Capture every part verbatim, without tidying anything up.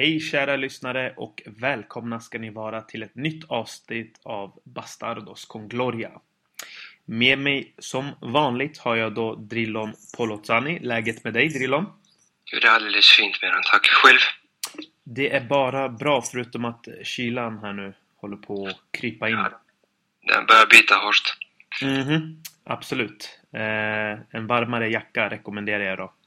Hej kära lyssnare och välkomna ska ni vara till ett nytt avsnitt av Bastardos con Gloria. Med mig som vanligt har jag då Drillon Polozzani. Läget med dig, Drillon? Det är alldeles fint med den, tack själv. Det är bara bra förutom att kylan här nu håller på att krypa in. Ja, den börjar bita hårt. Mhm, absolut. Eh, en varmare jacka rekommenderar jag då.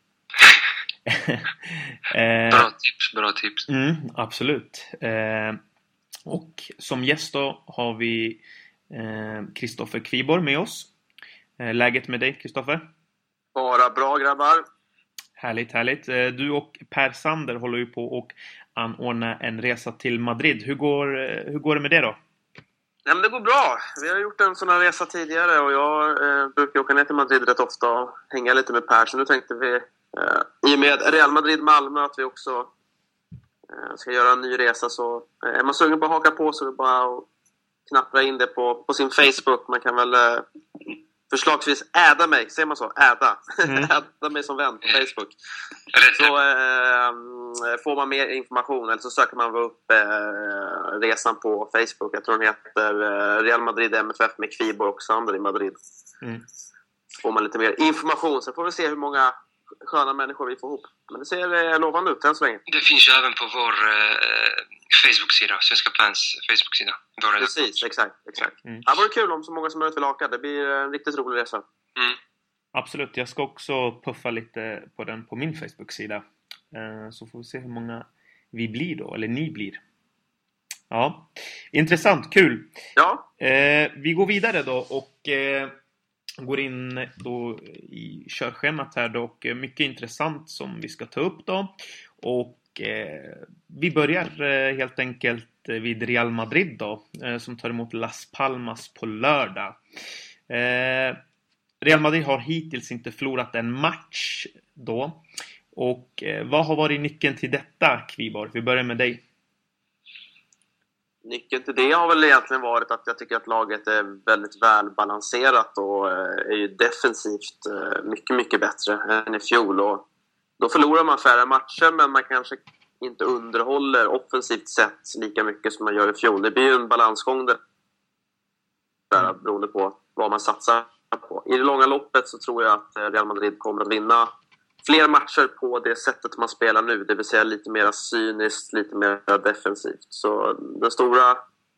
eh, bra tips, bra tips. Mm, absolut. Eh, och som gäst då har vi Kristoffer eh, Kviborg med oss. Eh, läget med dig, Kristoffer? Bara bra, grabbar. Härligt, härligt. Eh, du och Per Sander håller ju på och anordna en resa till Madrid. Hur går, eh, hur går det med det då? Ja, men det går bra. Vi har gjort en sån här resa tidigare och jag eh, brukar åka ner till Madrid rätt ofta och hänga lite med Per. Så nu tänkte vi, eh, i och med Real Madrid-Malmö, att vi också eh, ska göra en ny resa. Så eh, är man sugen på att haka på så är det bara att knappra in det på, på sin Facebook. Man kan väl eh, förslagsvis äda mig, säger man så? Äda. Mm. Äda mig som vän på Facebook. Så eh, får man mer information, eller så söker man upp eh, resan på Facebook. Jag tror den heter eh, Real Madrid M F F med Kviborg och Sander i Madrid. Mm. Får man lite mer information, så får vi se hur många sköna människor vi får ihop. Men det ser eh, lovande ut än så länge. Det finns ju även på vår eh, Facebook-sida, Svenska Plans Facebook-sida. Precis, exakt, exakt. Mm. Det vore kul om så många som möjligt vill haka. Det blir en riktigt rolig resa. Mm. Absolut, jag ska också puffa lite på den på min Facebook-sida. Eh, så får vi se hur många vi blir då, eller ni blir. Ja, intressant, kul. Ja. Eh, vi går vidare då och eh, går in då i körschemat här då, och mycket intressant som vi ska ta upp då. Och eh, vi börjar eh, helt enkelt vid Real Madrid då, eh, som tar emot Las Palmas på lördag. Eh, Real Madrid har hittills inte förlorat en match då. Och eh, vad har varit nyckeln till detta, Kviborg? Vi börjar med dig. Nyckeln till det har väl egentligen varit att jag tycker att laget är väldigt välbalanserat och är ju defensivt mycket, mycket bättre än i fjol. Och då förlorar man färre matcher, men man kanske inte underhåller offensivt sett lika mycket som man gör i fjol. Det blir ju en balansgång där, mm. beroende på vad man satsar på. I det långa loppet så tror jag att Real Madrid kommer att vinna fler matcher på det sättet man spelar nu. Det vill säga lite mer cyniskt, lite mer defensivt. Så den stora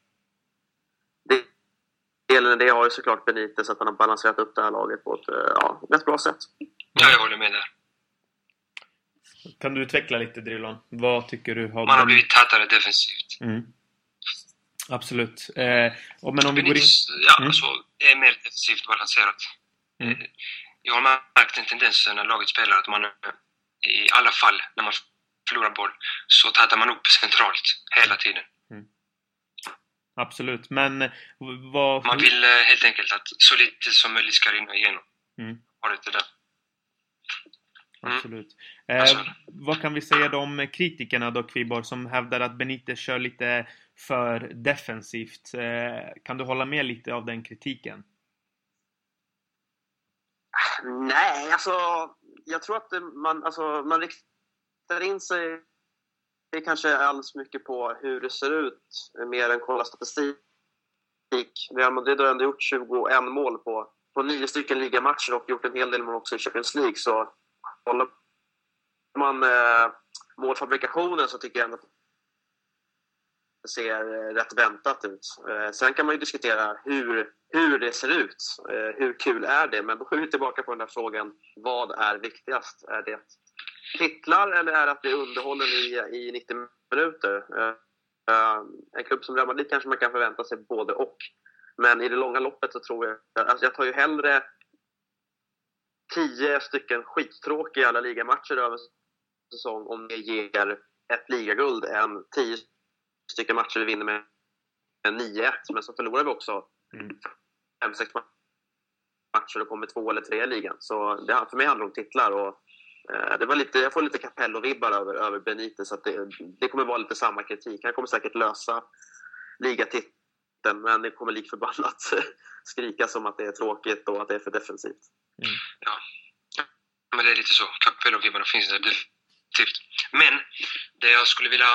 delen i det har ju såklart Benitez, att han har balanserat upp det här laget på ett ja, rätt bra sätt. Ja, jag håller med där. Kan du utveckla lite, Drillon? Vad tycker du har... Man har blivit tätare defensivt. Mm. Absolut. Eh, och men om vi går in... Ja, mm. alltså, är mer defensivt balanserat. Mm. Jag har märkt en tendens när laget spelar att man i alla fall när man förlorar boll så tätar man upp centralt hela tiden. Mm. Absolut, men vad... Man vill helt enkelt att så lite som möjligt ska rinna igenom. Mm. Har det där. Mm. Absolut. Eh, vad kan vi säga då om kritikerna då, Kviborg, som hävdar att Benitez kör lite för defensivt? Eh, kan du hålla med lite av den kritiken? Nej, alltså jag tror att man, alltså, man riktar in sig kanske alldeles mycket på hur det ser ut mer än kolla statistik. Real Madrid har ändå gjort tjugoett mål på, på nio stycken ligamatcher och gjort en hel del mål också i Champions League. Så håller man eh, målfabrikationen så tycker jag ändå att det ser rätt väntat ut. Eh, sen kan man ju diskutera hur, hur det ser ut. Eh, hur kul är det? Men då är vi tillbaka på den här frågan. Vad är viktigast? Är det titlar eller är det att det underhåller i, i nittio minuter? Eh, eh, en klubb som Real Madrid kanske man kan förvänta sig både och. Men i det långa loppet så tror jag... Alltså jag tar ju hellre tio stycken skittråkiga alla ligamatcher över säsong om det ger ett ligaguld än tio stycken matcher vi vinner med nio ett, men så förlorar vi också mm. fem sex matcher och kommer två eller tre i ligan. Så det, för mig handlar det om titlar och eh, det var lite, jag får lite Capello-vibbar över, över Benitez, så att det, det kommer vara lite samma kritik. Han kommer säkert lösa ligatiteln, men det kommer lik förbannat skrika som att det är tråkigt och att det är för defensivt. Mm. Ja. Men det är lite så. Capello-vibbarna finns där definitivt. Men det jag skulle vilja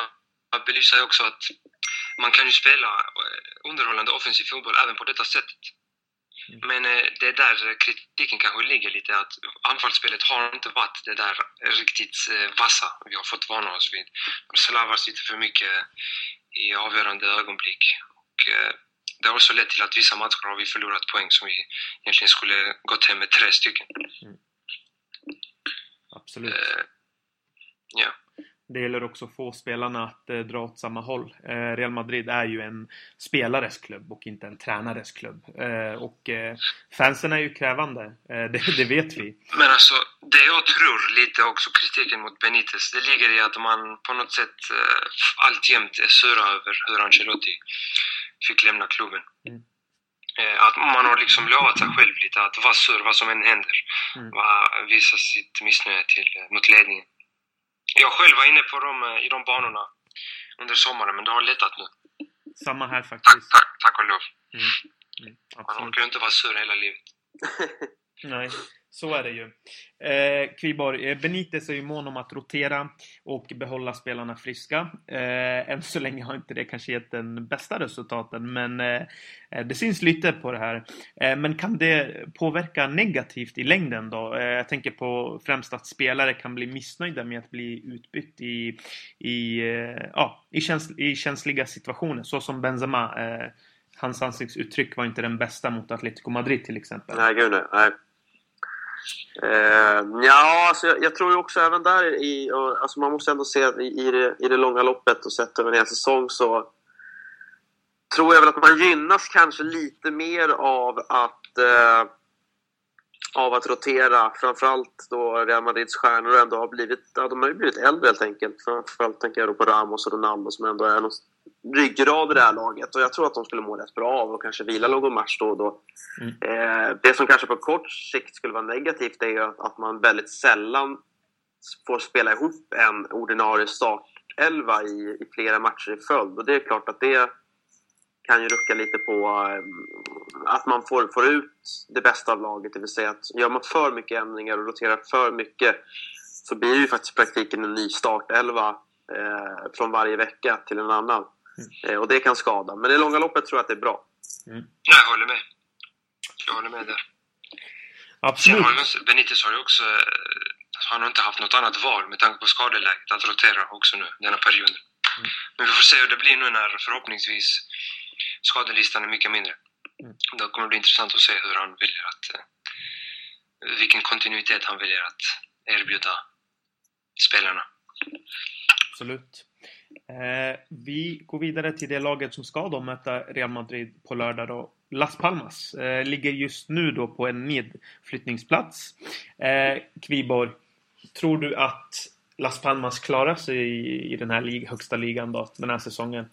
belysa också att man kan ju spela underhållande offensiv fotboll även på detta sättet. Men det är där kritiken kanske ligger lite, att anfallsspelet har inte varit det där riktigt vassa vi har fått vana oss vid. De slarvar lite för mycket i avgörande ögonblick. Och det har också lett till att vissa matcher har vi förlorat poäng som vi egentligen skulle gått hem med tre stycken. Mm. Absolut. Uh, ja. Det gäller också att få spelarna att eh, dra åt samma håll. Eh, Real Madrid är ju en spelares klubb och inte en tränares klubb. Eh, och eh, fansen är ju krävande. Eh, det, det vet vi. Men alltså, det jag tror lite också kritiken mot Benitez, det ligger i att man på något sätt eh, alltjämt är sura över hur Ancelotti fick lämna klubben. Mm. Eh, att man har liksom lovat sig själv lite att vara sur vad som än händer. Mm. Va, visa sitt missnöje till, mot ledningen. Jag själv var inne på dem i de banorna under sommaren, men det har letat nu. Samma här faktiskt. Tack, tack, tack och lov. Mm. Mm, man orkar ju inte vara sur hela livet. Nej, så är det ju. Eh, Kviborg, Benitez är ju mån om att rotera och behålla spelarna friska. Eh, än så länge har inte det kanske gett den bästa resultaten, men eh, det syns lite på det här. Eh, men kan det påverka negativt i längden då? Eh, jag tänker på främst att spelare kan bli missnöjda med att bli utbytt i, i, eh, ja, i, käns- i känsliga situationer, så som Benzema. Eh, hans ansiktsuttryck var inte den bästa mot Atletico Madrid till exempel. Nej, gud nej. nej. Eh, ja, alltså jag, jag tror ju också även där i, och, alltså man måste ändå se i, i, det, i det långa loppet och sett över en hel säsong, så tror jag väl att man gynnas kanske lite mer av att eh, av att rotera, framförallt då Real Madrids stjärnor ändå har blivit, ja, de har ju blivit äldre helt enkelt. Framförallt tänker jag då på Ramos och Ronaldo som ändå är någon ryggrad i det här laget, och jag tror att de skulle må rätt bra av och kanske vila någon match då och då. Mm. Eh, det som kanske på kort sikt skulle vara negativt är ju att, att man väldigt sällan får spela ihop en ordinarie startelva i, i flera matcher i följd, och det är klart att det kan ju rucka lite på eh, att man får, får ut det bästa av laget, det vill säga att gör man för mycket ändringar och roterar för mycket, så blir det ju faktiskt i praktiken en ny startelva eh, från varje vecka till en annan. Mm. Eh, och det kan skada, men i långa loppet tror jag att det är bra. Mm. Jag håller med. Jag håller med där. Absolut. Sen har Benitez har ju också, han har inte haft något annat val med tanke på skadeläget att rotera också nu, denna perioden. Mm. Men vi får se hur det blir nu när förhoppningsvis skadelistan är mycket mindre. Mm. Då kommer det bli intressant att se hur han väljer att, vilken kontinuitet han väljer att erbjuda spelarna. Absolut. Eh, vi går vidare till det laget som ska då möta Real Madrid på lördag då. Las Palmas eh, ligger just nu då på en nedflyttningsplats. Eh, Kviborg, tror du att Las Palmas klarar sig i, i den här lig, högsta ligan då, den här säsongen?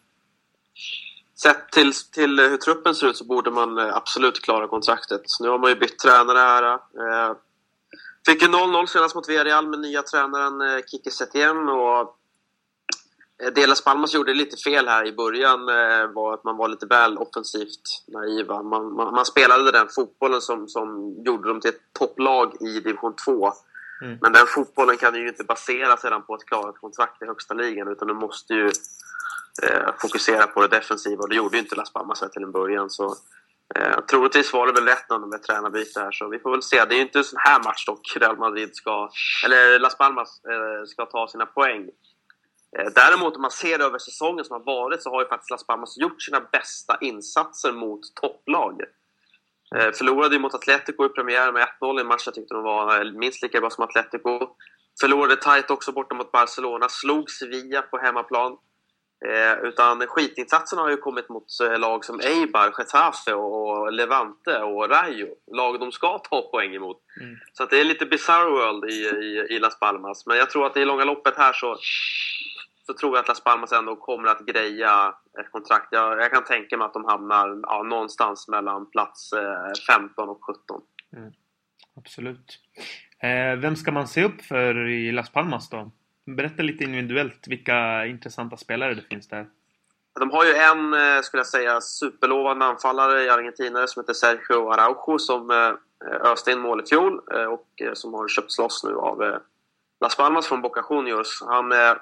Sett till, till hur truppen ser ut så borde man absolut klara kontraktet. Nu har man ju bytt tränare här. Eh, fick ju noll noll senast mot Villarreal med nya tränaren eh, Quique Setién, och det Las Palmas gjorde lite fel här i början eh, var att man var lite väl offensivt naiva. Man, man, man spelade den fotbollen som, som gjorde dem till ett topplag i division två. Mm. Men den fotbollen kan ju inte basera sedan på att klara ett kontrakt i högsta ligan, utan du måste ju eh, fokusera på det defensiva, och det gjorde ju inte Las Palmas här till en början. Så eh, troligtvis var det väl rätt när de är tränarbyte här, så vi får väl se. Det är ju inte en sån här match dock Real Madrid ska, eller Las Palmas eh, ska ta sina poäng. Däremot om man ser över säsongen som har varit, så har ju faktiskt Las Palmas gjort sina bästa insatser mot topplag. Eh, förlorade ju mot Atletico i premiären med ett noll i en match. Jag tyckte de var minst lika bra som Atletico. Förlorade tajt också borta mot Barcelona. Slog Sevilla på hemmaplan. Eh, utan skitinsatserna har ju kommit mot eh, lag som Eibar, Getafe och Levante och Rayo. Lag de ska ta poäng emot. Mm. Så att det är lite bizarre world i, i, i Las Palmas. Men jag tror att i långa loppet här så... så tror jag att Las Palmas ändå kommer att greja ett kontrakt. Jag, jag kan tänka mig att de hamnar ja, någonstans mellan plats eh, femton och sjutton. Mm. Absolut. Eh, vem ska man se upp för i Las Palmas då? Berätta lite individuellt vilka intressanta spelare det finns där. De har ju en, eh, skulle jag säga, superlovande anfallare i Argentina som heter Sergio Araujo, som eh, öste in mål i fjol eh, och eh, som har köpts loss nu av eh, Las Palmas från Boca Juniors. Han eh,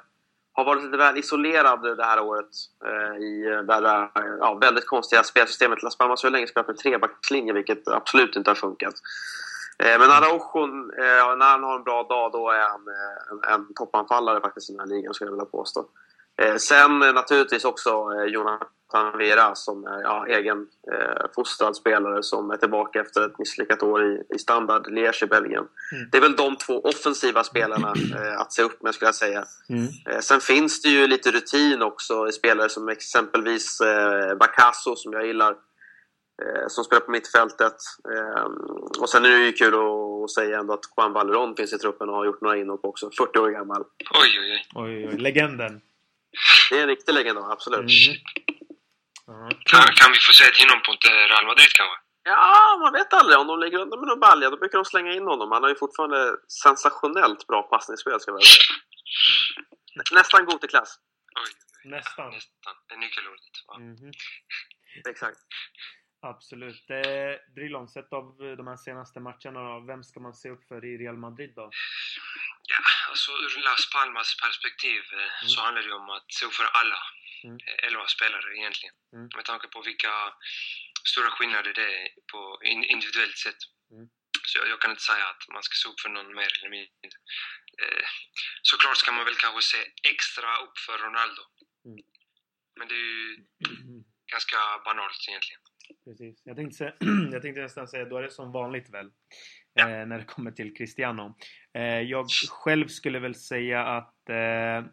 har varit lite väl isolerad det här året eh, i det där ja, väldigt konstiga spelsystemet. Las Palmas har ju länge spelat med trebackslinje, vilket absolut inte har funkat. Eh, men Araujo, eh, när han har en bra dag, då är han eh, en, en toppanfallare faktiskt i den här ligan, skulle jag vilja påstå. Eh, sen eh, naturligtvis också eh, Jonathan Vera som är ja, egen eh, fostrad spelare som är tillbaka efter ett misslyckat år i, i Standard Liège i Belgien. Mm. Det är väl de två offensiva spelarna eh, att se upp med, skulle jag säga. Mm. Eh, sen finns det ju lite rutin också i spelare som exempelvis eh, Bacasso, som jag gillar, eh, som spelar på mittfältet. Eh, och sen är det ju kul att, att säga ändå att Juan Valeron finns i truppen och har gjort några inhopp också. fyrtio år gammal. Oj, oj, oj. oj, oj. Legenden. Det är en riktig legend, absolut. Mm. Uh-huh. Kan, kan vi få se ett inhopp mot Real Madrid kanske? Ja, man vet aldrig. Om de ligger under med någon balja, då brukar de slänga in honom. Han har ju fortfarande sensationellt bra passningsspel, ska jag säga. Mm. Nästan god till klass. Oj, nästan. Nästan. Det är nyckelordet. Ja. Mm-hmm. Exakt. Absolut. Eh, Drilon, sett av de här senaste matcherna, vem ska man se upp för i Real Madrid då? Ja, alltså ur Las Palmas perspektiv mm. så handlar det om att se upp för alla mm. elva spelare egentligen. Mm. Med tanke på vilka stora skillnader det är på individuellt sätt. Mm. Så jag, jag kan inte säga att man ska se upp för någon mer eller mindre. Eh, såklart ska man väl kanske se extra upp för Ronaldo. Mm. Men det är ju mm. ganska banalt egentligen. Precis. Jag tänkte, säga, jag tänkte nästan säga, då är det som vanligt väl. Ja. Eh, när det kommer till Cristiano. Eh, jag själv skulle väl säga att eh,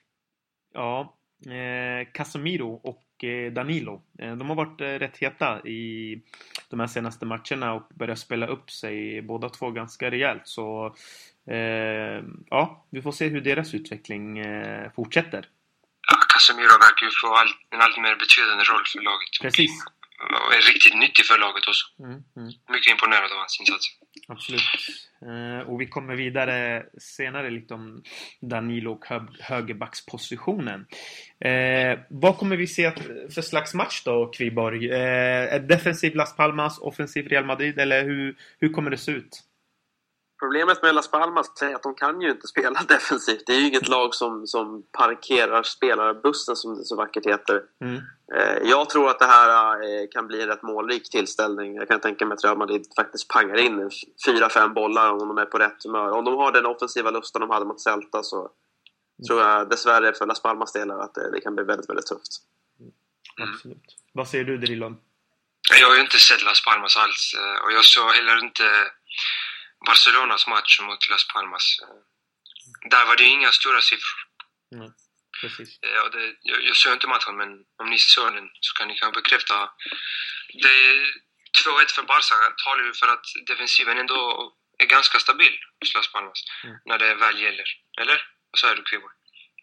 ja, eh, Casemiro och eh, Danilo, eh, de har varit eh, rätt heta i de här senaste matcherna och börjat spela upp sig båda två ganska rejält. Så eh, ja, vi får se hur deras utveckling eh, fortsätter. Ja, Casemiro verkar ju få all, en allt mer betydande roll för laget. Precis. Och är riktigt nyttig för laget också. Mm, mm. Mycket imponerad av hans insats. Absolut. Eh, och vi kommer vidare senare lite om Danilo och hö- högerbackspositionen. Eh, vad kommer vi se för slags match då, Kviborg? Eh, defensiv Las Palmas, offensiv Real Madrid, eller hur, hur kommer det se ut? Problemet med Las Palmas är att de kan ju inte spela defensivt. Det är ju inget lag som, som parkerar spelarbussen, som det så vackert heter. Mm. Eh, jag tror att det här eh, kan bli en rätt målrik tillställning. Jag kan tänka mig att Real Madrid faktiskt pangar in fyra fem bollar om de är på rätt humör. Om de har den offensiva lusten de hade mot Celta, så mm. tror jag dessvärre för Las Palmas delar att det, det kan bli väldigt, väldigt tufft. Mm. Absolut. Vad säger du, Drilon? Jag har ju inte sett Las Palmas alls. Och jag såg heller inte Barcelonas match mot Las Palmas. Där var det inga stora siffror. Mm, precis. Ja, det, jag, jag såg inte matchen, men om ni såg den så kan ni kanske bekräfta. Det två ett för Barca talar ju för att defensiven ändå är ganska stabil hos Las Palmas. Mm. När det väl gäller. Eller? Vad säger du, Kviborg?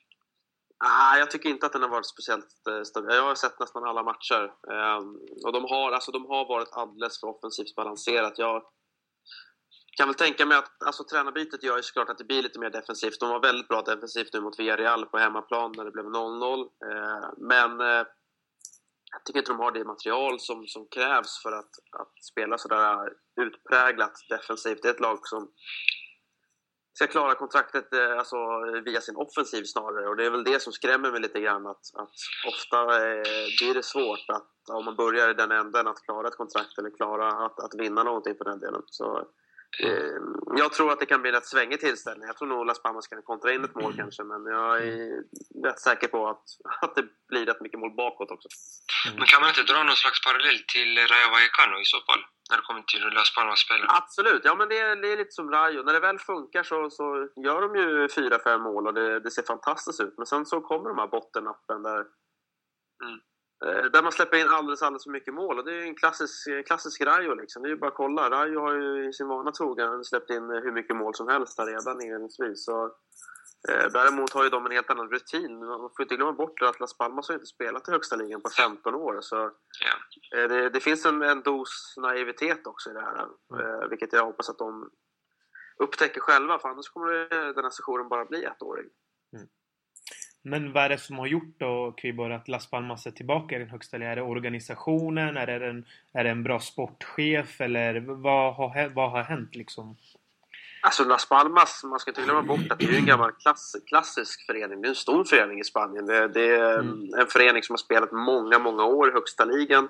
Ah, jag tycker inte att den har varit speciellt eh, stabil. Jag har sett nästan alla matcher. Um, och de har, alltså, de har varit alldeles för offensivt balanserat. Jag kan väl tänka mig att alltså, tränarbytet gör ju såklart att det blir lite mer defensivt. De var väldigt bra defensivt nu mot Villarreal på hemmaplan när det blev noll noll. Eh, men eh, jag tycker inte de har det material som, som krävs för att, att spela sådär utpräglat defensivt. Det är ett lag som ska klara kontraktet eh, alltså, via sin offensiv snarare. Och det är väl det som skrämmer mig lite grann. Att, att ofta eh, blir det svårt att, om man börjar i den änden, att klara ett kontrakt eller klara att, att vinna någonting på den delen. Så jag tror att det kan bli rätt svängig tillställning. Jag tror nog Las Palmas kan kontra in ett mål kanske, men jag är rätt säker på att, att det blir rätt mycket mål bakåt också. Mm. Men kan man inte dra någon slags parallell till Rayo Vallecano i så fall? När det kommer till Las Palmas spelare? Absolut, ja men det är, det är lite som Rayo. När det väl funkar så, så gör de ju fyra fem mål och det, det ser fantastiskt ut. Men sen så kommer de här bottennappen där mm. Där man släpper in alldeles, alldeles för mycket mål. Och det är ju en klassisk, klassisk Rayo liksom. Det är ju bara att kolla. Rayo har ju i sin vana trogen släppt in hur mycket mål som helst där redan inledningsvis. Så, eh, däremot har ju de en helt annan rutin. Man får inte glömma bort att Las Palmas har inte spelat i högsta ligan på femton år. Så eh, det, det finns en, en dos naivitet också i det här. Eh, vilket jag hoppas att de upptäcker själva. För annars kommer det, den här sessionen bara bli ettårig. Mm. Men vad är det som har gjort då, Kviborg, att Las Palmas är tillbaka i den högsta ligan? Är det organisationen? Är det en, är det en bra sportchef? Eller vad har, vad har hänt liksom? Alltså Las Palmas, man ska inte glömma bort att det är en gammal klass, klassisk förening. Det är en stor förening i Spanien. Det, det är mm. en förening som har spelat många, många år i högsta ligan.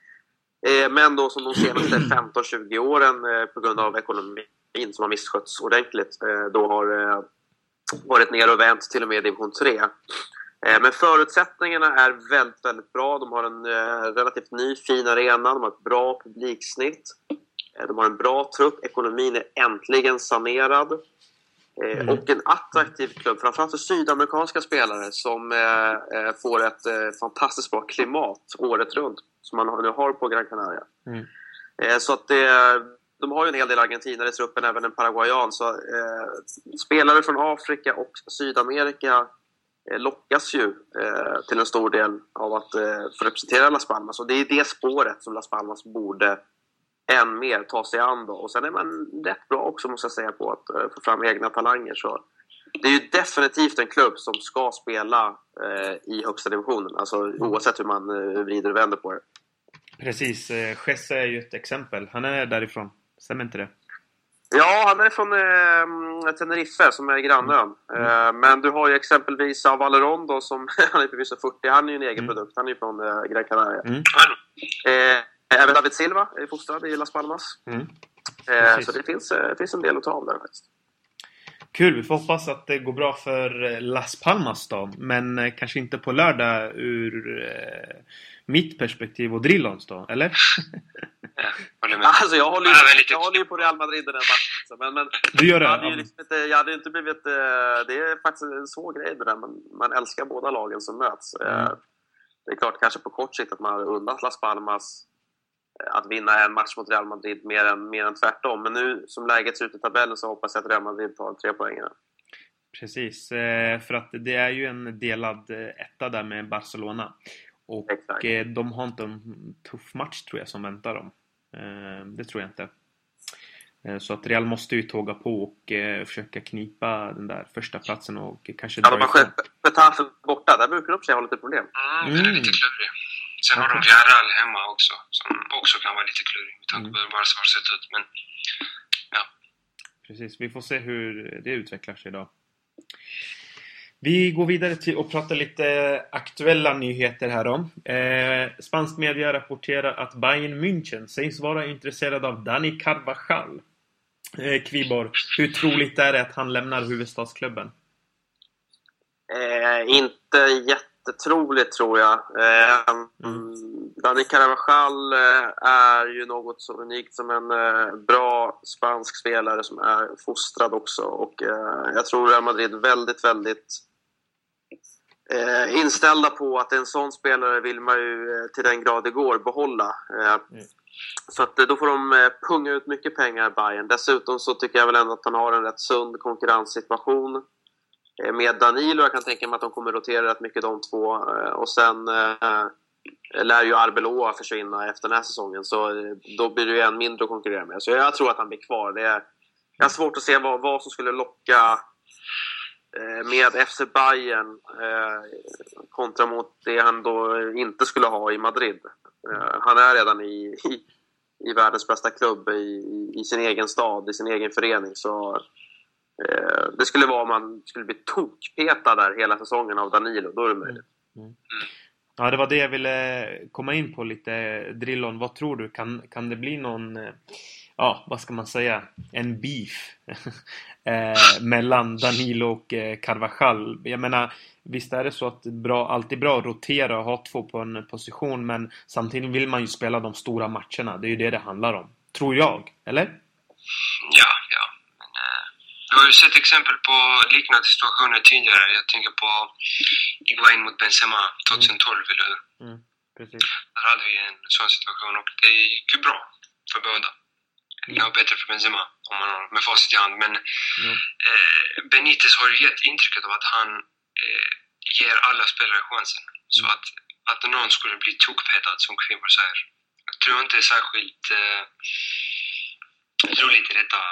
Eh, men då som de senaste femton tjugo åren eh, på grund av ekonomin som har misskötts ordentligt eh, då har eh, varit ner och vänt till och med i division tre. Eh, men förutsättningarna är väldigt, väldigt bra. De har en eh, relativt ny, fin arena. De har ett bra publiksnitt. Eh, de har en bra trupp. Ekonomin är äntligen sanerad. Eh, mm. Och en attraktiv klubb, framförallt för sydamerikanska spelare som eh, får ett eh, fantastiskt bra klimat året runt som man nu har på Gran Canaria. Mm. Eh, så att det, de har ju en hel del argentinare i truppen, även en paraguayan. Så eh, spelare från Afrika och Sydamerika eh, lockas ju eh, till en stor del av att eh, få representera Las Palmas. Och det är det spåret som Las Palmas borde än mer ta sig an då. Och sen är man rätt bra också, måste jag säga, på att uh, få fram egna talanger. Så det är ju definitivt en klubb som ska spela uh, i högsta divisionen. Alltså oavsett hur man uh, vrider och vänder på det. Precis, Jesse är ju ett exempel. Han är därifrån, stämmer inte det? Ja, han är från uh, Tenerife som är grannön. Mm. Uh, men du har ju exempelvis av Valeron då, som han är på vissa fyrtio. Han är ju en egen mm. produkt. Han är ju från uh, Gran Canaria. Mm. Uh, Även David Silva är fostrad i Las Palmas. Mm. Eh, så det finns, det finns en del att ta av där faktiskt. Kul, vi får hoppas att det går bra för Las Palmas då. Men kanske inte på lördag ur eh, mitt perspektiv och Drillons då, eller? Ja, håller med. Alltså jag håller ju, jag håller ju på Real Madrid i den matchen. Men, men du gör det? Jag hade ju liksom inte, jag hade inte blivit... Det är faktiskt en svår grej det där. Man, man älskar båda lagen som möts. Mm. Det är klart kanske på kort sikt att man har undrat Las Palmas att vinna en match mot Real Madrid mer än, mer än tvärtom. Men nu som läget ser ut i tabellen så hoppas jag att Real Madrid tar tre poäng. Precis, för att det är ju en delad etta där med Barcelona. Och exakt. De har inte en tuff match tror jag som väntar dem. Det tror jag inte. Så att Real måste ju tåga på och försöka knipa den där första platsen och kanske... Ja, de har skett Getafe borta, där brukar de sig ha lite problem. Mm, det är lite klurigt. Sen har de Villarreal hemma också, som också kan vara lite klurig med tanke på hur Barca har sett ut. Men, ja. Precis, vi får se hur det utvecklar sig idag. Vi går vidare till att prata lite aktuella nyheter här då. Eh, spansk media rapporterar att Bayern München sägs vara intresserad av Dani Carvajal. Eh, Kvibor, hur troligt är det att han lämnar huvudstadsklubben? Eh, inte jättetroligt tror jag. Eh, mm. Dani Carvajal är ju något så unikt som en eh, bra spansk spelare som är fostrad också. Och eh, jag tror Real Madrid väldigt, väldigt eh, inställda på att en sån spelare vill man ju eh, till den grad det går behålla. Eh, mm. Så att, då får de eh, punga ut mycket pengar i Bayern. Dessutom så tycker jag väl ändå att han har en rätt sund konkurrenssituation med Danilo. Jag kan tänka mig att de kommer rotera rätt mycket de två. Och sen eh, lär ju Arbeloa försvinna efter den här säsongen. Så eh, då blir det ju en mindre att konkurrera med. Så jag tror att han blir kvar. Det är, jag har svårt att se vad, vad som skulle locka eh, med F C Bayern eh, kontra mot det han då inte skulle ha i Madrid. Eh, han är redan i, i, i världens bästa klubb i, i, i sin egen stad, i sin egen förening. Så det skulle vara om man skulle bli tokpetad där hela säsongen av Danilo. Då är det möjligt. Mm. Mm. Ja, det var det jag ville komma in på lite. Drillon, vad tror du? Kan, kan det bli någon, ja, vad ska man säga, en beef eh, mellan Danilo och eh, Carvajal? Jag menar, visst är det så att det är bra, alltid bra att rotera och ha två på en position, men samtidigt vill man ju spela de stora matcherna. Det är ju det det handlar om. Tror jag, eller? Ja, ja. Du har ju sett exempel på liknande situationer tidigare. Jag tänker på Higuaín mot Benzema tjugohundratolv, eller hur? Mm, precis. Där hade vi en sån situation och det gick ju bra för båda. Mm. Det var bättre för Benzema om man har med facit i hand. Men mm. eh, Benitez har ju gett intrycket av att han eh, ger alla spelare chansen. Mm. Så att, att någon skulle bli tokpetad, som Kvibor säger. Jag tror inte det är särskilt eh, roligt i detta...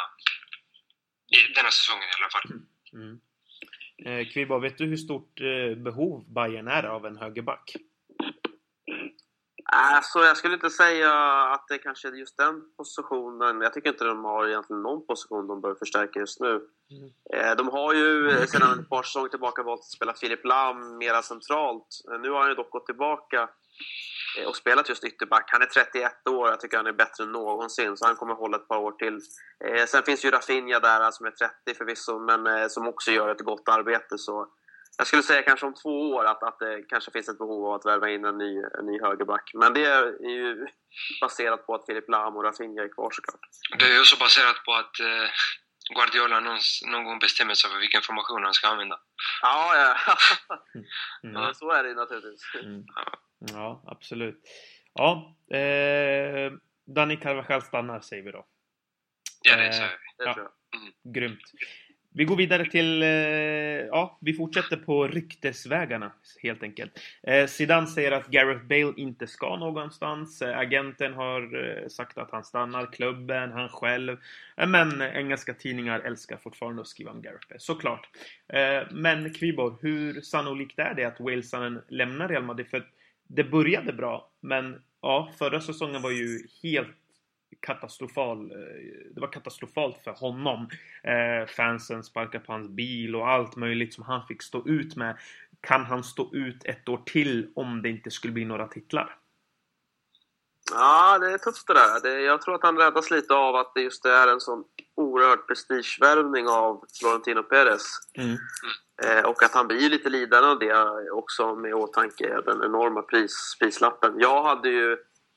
I denna säsongen i alla fall. Mm. Eh, Kvibor, vet du hur stort eh, behov Bayern är av en högerback? Alltså, jag skulle inte säga att det kanske är just den positionen. Jag tycker inte de har egentligen någon position de bör förstärka just nu. Mm. De har ju sedan ett par säsonger tillbaka valt att spela Filip Lam mera centralt. Nu har han ju dock gått tillbaka och spelat just ytterback. Han är trettioett år, jag tycker han är bättre än någonsin, så han kommer hålla ett par år till. Sen finns ju Rafinha där som är trettio förvisso, men som också gör ett gott arbete. Så jag skulle säga kanske om två år att, att det kanske finns ett behov av att värva in en ny, en ny högerback. Men det är ju baserat på att Filip Lam och Rafinha är kvar såklart. Det är ju också baserat på att eh, Guardiola någon, någon gång bestämmer sig för vilken formation han ska använda. Ja, ja. Mm. Ja, så är det naturligtvis. Mm. Ja, absolut. Ja, eh, Dani Carvajal stannar, säger vi då. Ja, det säger vi. Det ja, tror jag. Mm. Grymt. Vi går vidare till, eh, ja, vi fortsätter på ryktesvägarna helt enkelt. Eh, Zidane säger att Gareth Bale inte ska någonstans. Eh, agenten har eh, sagt att han stannar, klubben, han själv. Eh, men engelska tidningar älskar fortfarande att skriva om Gareth Bale, såklart. Eh, men Kvibor, hur sannolikt är det att Walesanen lämnar Real Madrid? För det började bra, men ja, förra säsongen var ju helt katastrofal. Det var katastrofalt för honom. Eh, fansen sparkade på hans bil och allt möjligt som han fick stå ut med. Kan han stå ut ett år till om det inte skulle bli några titlar? Ja, det är tufft det där. Det, jag tror att han räddas lite av att det just är en sån oerhört prestigevärvning av Florentino Perez. Mm. Eh, och att han blir lite lidande av det också, med åtanke den enorma pris, prislappen. Jag hade ju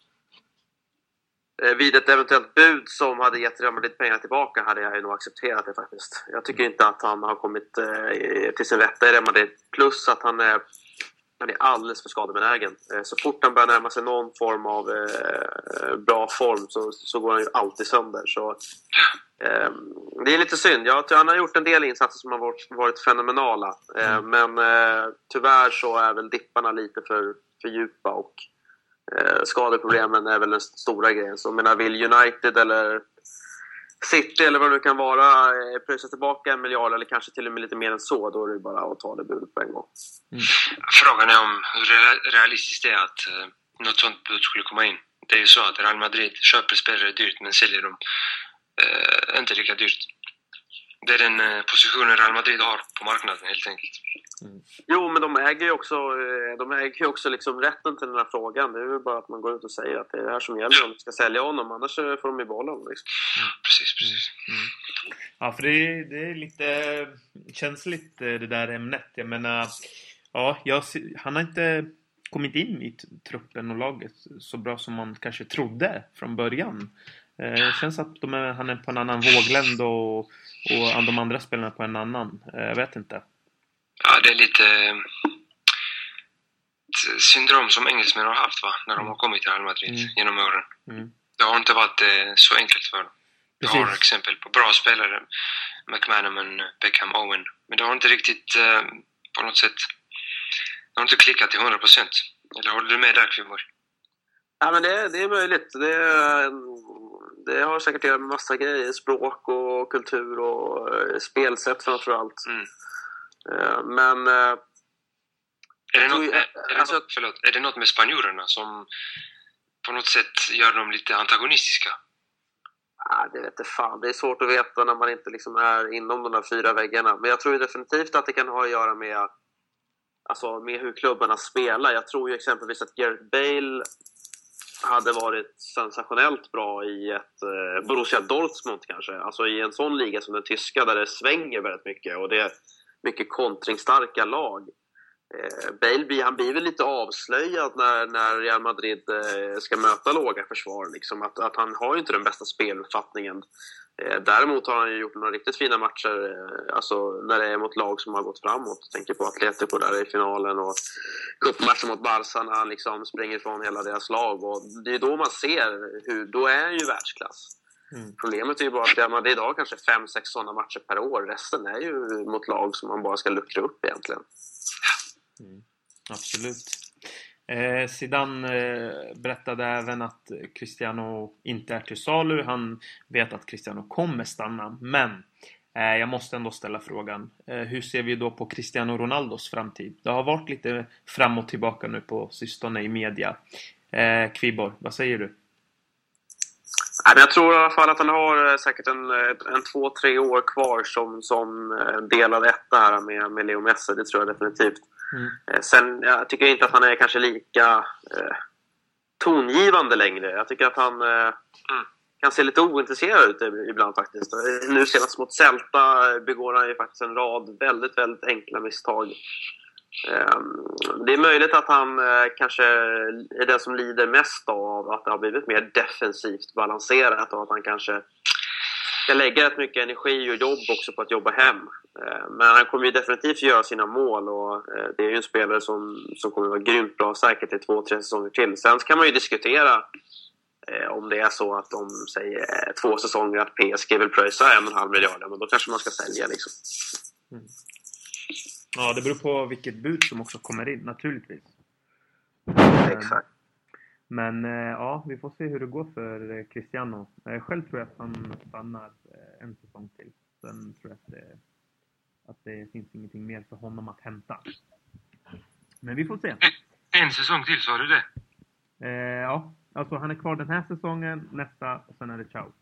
vid ett eventuellt bud som hade gett Real Madrid pengar tillbaka hade jag nog accepterat det faktiskt. Jag tycker inte att han har kommit eh, till sin rätta i Real Madrid. Plus att han är, han är alldeles för skadebenägen. Eh, så fort han börjar närma sig någon form av eh, bra form så, så går han ju alltid sönder. Så, eh, det är lite synd. Jag tror han har gjort en del insatser som har varit, varit fenomenala. Eh, mm. Men eh, tyvärr så är väl dipparna lite för, för djupa och skadeproblemen är väl den stora grejen. Så jag menar, vill United eller City eller vad det nu kan vara pröjsa tillbaka en miljard eller kanske till och med lite mer än så, då är det bara att ta det budet på en gång. Mm. Frågan är om hur realistiskt det är att uh, något sånt bud skulle komma in. Det är ju så att Real Madrid köper spelare dyrt men säljer dem uh, inte lika dyrt. Det är den uh, positionen Real Madrid har på marknaden helt enkelt. Mm. Jo, men de äger ju också, de äger ju också liksom rätten till den här frågan. Det är ju bara att man går ut och säger att det är det här som gäller om de ska sälja honom, annars får de ju behålla honom liksom. Mm, precis, precis. Mm. Mm. Ja, för det är, det är lite känsligt det där ämnet. Jag menar, ja, jag, han har inte kommit in i truppen och laget så bra som man kanske trodde från början. Det känns att de är, han är på en annan vågländ och, och de andra spelarna på en annan. Jag vet inte. Ja, det är lite syndrom som engelsmän har haft, va? När de har kommit till Real Madrid mm. genom åren. Mm. Det har inte varit eh, så enkelt för dem. Jag har exempel på bra spelare, McManaman, Beckham, Owen. Men det har inte riktigt eh, på något sätt, det har inte klickat till hundra procent. Eller håller du med där, Kvibor? Ja, men det, det är möjligt. Det, det har säkert en massa grejer, språk och kultur och spelsätt framförallt. Mm. Men är det, något, är, är, det alltså, något, förlåt, är det något med spanjorerna som på något sätt gör dem lite antagonistiska? Ja, det vet jag fan. Det är svårt att veta när man inte liksom är inom de där fyra väggarna. Men jag tror definitivt att det kan ha att göra med, alltså, med hur klubbarna spelar. Jag tror ju exempelvis att Gareth Bale hade varit sensationellt bra i ett eh, Borussia Dortmund kanske. Alltså i en sån liga som den tyska där det svänger väldigt mycket och det är mycket kontringstarka lag. Eh, Bale, han blir väl lite avslöjad när, när Real Madrid eh, ska möta låga försvar. Liksom. Att, att han har ju inte den bästa speluppfattningen. Eh, däremot har han ju gjort några riktigt fina matcher eh, alltså när det är mot lag som har gått framåt. Jag tänker på Atletico där i finalen och cupmatchen mot Barca när han liksom springer ifrån hela deras lag. Och det är då man ser hur, då är han ju världsklass. Mm. Problemet är ju bara att Real Madrid har kanske fem sex sådana matcher per år. Resten är ju mot lag som man bara ska luckra upp egentligen. Mm. Absolut. Eh, Zidane eh, berättade även att Cristiano inte är till salu. Han vet att Cristiano kommer stanna. Men eh, jag måste ändå ställa frågan. Eh, hur ser vi då på Cristiano Ronaldos framtid? Det har varit lite fram och tillbaka nu på sistone i media. Eh, Kviborg, vad säger du? Jag tror i alla fall att han har säkert en, en två, tre år kvar som, som delad etta här med, med Leo Messi. Det tror jag definitivt. Mm. Sen jag tycker inte att han är kanske lika eh, tongivande längre. Jag tycker att han eh, mm. kan se lite ointresserad ut ibland faktiskt. Nu senast mot Celta begår han ju faktiskt en rad väldigt, väldigt enkla misstag. Det är möjligt att han kanske är den som lider mest av att det har blivit mer defensivt balanserat och att han kanske ska lägga rätt mycket energi och jobb också på att jobba hem. Men han kommer ju definitivt göra sina mål och det är ju en spelare som, som kommer vara grymt bra säkert i två, tre säsonger till. Sen kan man ju diskutera om det är så att om säger två säsonger att P S G vill pröjsa en och en halv miljard, men då kanske man ska sälja liksom. Mm. Ja, det beror på vilket bud som också kommer in, naturligtvis. Exakt. Men ja, vi får se hur det går för Cristiano. Själv tror jag att han stannar en säsong till. Sen tror jag att det, att det finns ingenting mer för honom att hämta. Men vi får se. En säsong till, sa du det? Eh, ja, alltså han är kvar den här säsongen, nästa och sen är det ciao.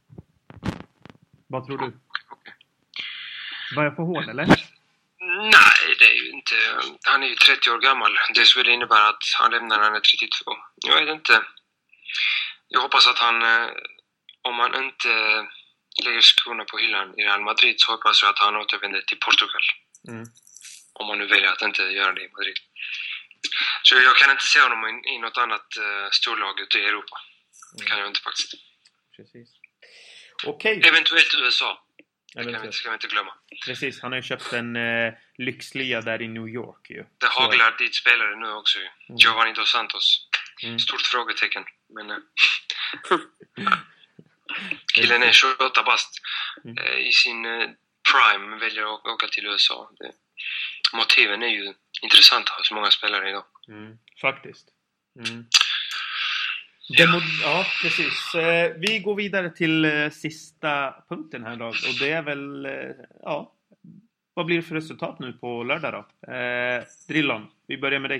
Vad tror du? Okay. Var jag för hård, eller? Nej, det är ju inte... Han är ju trettio år gammal. Det skulle innebära att han lämnar när han är trettiotvå. Jag vet inte. Jag hoppas att han... Om han inte lägger skorna på hyllan i Real Madrid så hoppas jag att han återvänder till Portugal. Mm. Om man nu väljer att inte göra det i Madrid. Så jag kan inte se honom i, i något annat uh, storlag ute i Europa. Det kan jag inte faktiskt. Precis. Okej. Okay. Eventuellt U S A. Det kan vi, ska vi inte glömma. Precis, han har ju köpt en eh, lyxlia där i New York ju. Det haglar så... dit spelare nu också ju. Mm. Giovanni Dos Santos. Mm. Stort frågetecken. Men eh, killen är tjugoåtta bast. Mm. Eh, I sin eh, prime väljer att åka till U S A. Det, motiven är ju intressanta hos många spelare idag. Mm. Faktiskt. Mm. Ja. ja, precis. Vi går vidare till sista punkten här då. Och det är väl, ja, vad blir det för resultat nu på lördag då? Eh, Drillon, vi börjar med dig.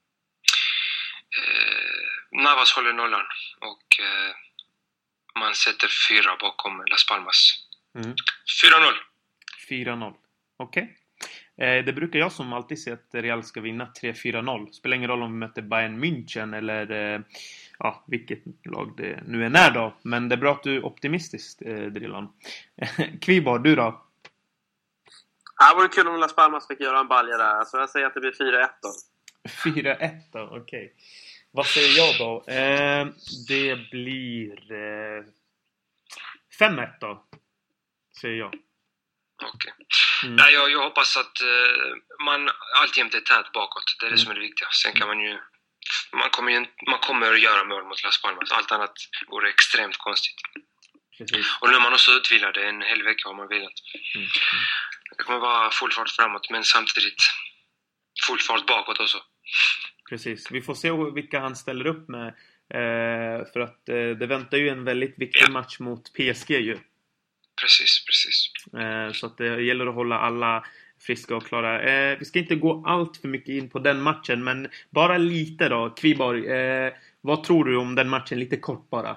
Eh, Navas håller nollan och eh, man sätter fyra bakom Las Palmas. Mm. fyra noll. fyra noll, okej. Okay. Eh, det brukar jag som alltid se att Real ska vinna tre fyra noll. Spelar ingen roll om vi möter Bayern München eller... Eh, ja, vilket lag det nu är när då. Men det är bra att du är optimistisk, eh, Drillon. Kviborg, du då? Ja, det vore kul om Las Palmas fick göra en balja där. Så jag säger att det blir fyra ett då. fyra ett då, okej. Okay. Vad säger jag då? Eh, det blir eh, fem ett då, säger jag. Okej. Okay. Mm. Nej, jag, jag hoppas att eh, man alltid är tät bakåt. Det är det mm. som är det viktiga. Sen kan man ju Man kommer, ju, man kommer att göra mål mot Las Palmas. Allt annat vore extremt konstigt. Precis. Och nu är man också utvilad en hel vecka har man velat. Mm. Mm. Det kommer vara full fart framåt, men samtidigt full fart bakåt också. Precis. Vi får se vilka han ställer upp med. Eh, för att eh, det väntar ju en väldigt viktig ja. match mot P S G ju. Precis, precis. Eh, så att det gäller att hålla alla friska och klara. Eh, vi ska inte gå allt för mycket in på den matchen, men bara lite då. Kviborg, eh, vad tror du om den matchen? Lite kort bara.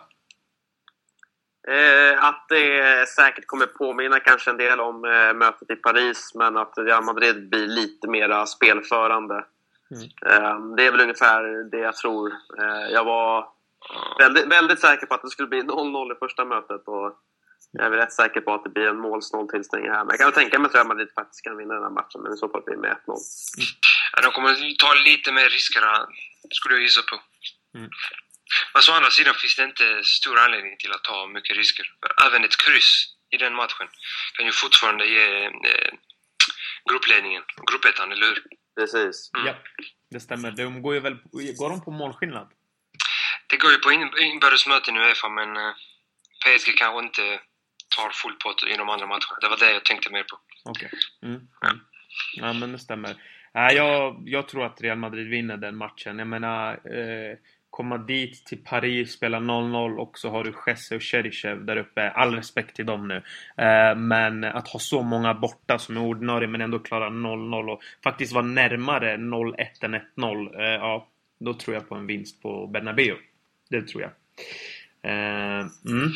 Eh, att det säkert kommer påminna kanske en del om eh, mötet i Paris, men att Real Madrid blir lite mera spelförande. Mm. Eh, det är väl ungefär det jag tror. Eh, jag var väldigt, väldigt säker på att det skulle bli noll noll i första mötet och jag är rätt säker på att det blir en målsnål tillställning här. Men jag kan tänka mig att Real Madrid faktiskt kan vinna den här matchen. Men i så fall blir det med ett noll. Mm. Ja, de kommer ta lite mer risker, skulle jag gissa på. Mm. Men så å andra sidan finns det inte stor anledning till att ta mycket risker. För även ett kryss i den matchen kan ju fortfarande ge eh, gruppledningen, gruppettan, eller hur? Precis. Mm. Ja, det stämmer. De går ju väl, går de på målskillnad? Det går ju på inbördesmöten i UEFA, men eh, P S G kanske inte tar full pott i de andra matcherna. Det var det jag tänkte mer på. Okej. Okay. Mm. Ja. Ja, men det stämmer. Äh, jag, jag tror att Real Madrid vinner den matchen. Jag menar, eh, komma dit till Paris, spela noll noll och så har du Jesse och Cheryshev där uppe. All respekt till dem nu. Eh, men att ha så många borta som är ordinarie men ändå klara noll noll och faktiskt vara närmare noll ett än ett noll. Eh, ja, då tror jag på en vinst på Bernabéu. Det tror jag. Eh, mm.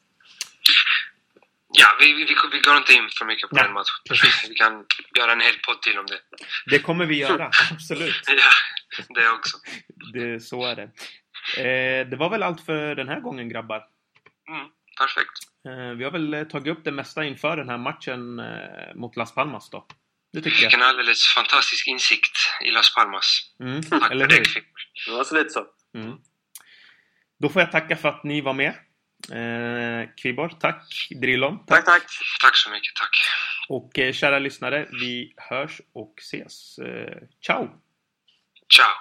Ja, vi, vi, vi går inte in för mycket på Nej, den matchen. precis. Vi kan göra en hel podd till om det. Det kommer vi göra, absolut. Ja, det också. Det, så är det. Eh, det var väl allt för den här gången, grabbar. Mm, perfekt. Eh, vi har väl tagit upp det mesta inför den här matchen eh, mot Las Palmas då. Det tycker jag. En alldeles fantastisk insikt i Las Palmas. Mm, Tack eller för hur? det. Det var så lite så. Mm. Då får jag tacka för att ni var med. Eh, Kvibor, tack. Drillon, tack. Tack, tack. Tack så mycket, tack. Och eh, kära lyssnare, vi hörs och ses. Eh, ciao! Ciao!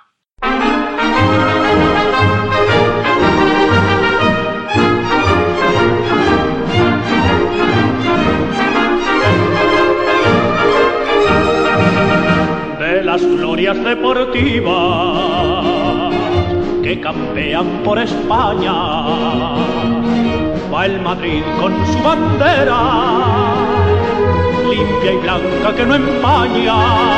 De las glorias deportivas que campean por España, va el Madrid con su bandera, limpia y blanca que no empaña,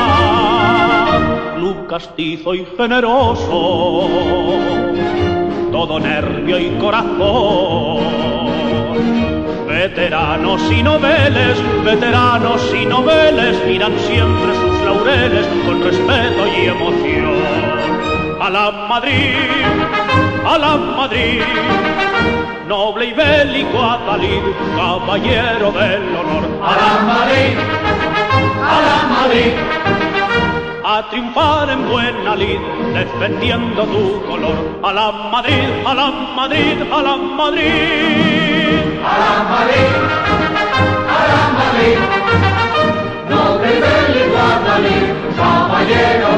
club castizo y generoso, todo nervio y corazón, veteranos y noveles, veteranos y noveles, miran siempre sus laureles con respeto y emoción. A la Madrid, a la Madrid, noble y bélico Adalid, caballero del honor. A la Madrid, a la Madrid, a triunfar en buena lid, defendiendo tu color. A la Madrid, a la Madrid, a la Madrid, a la Madrid, a la Madrid, noble y bélico Adalid, caballero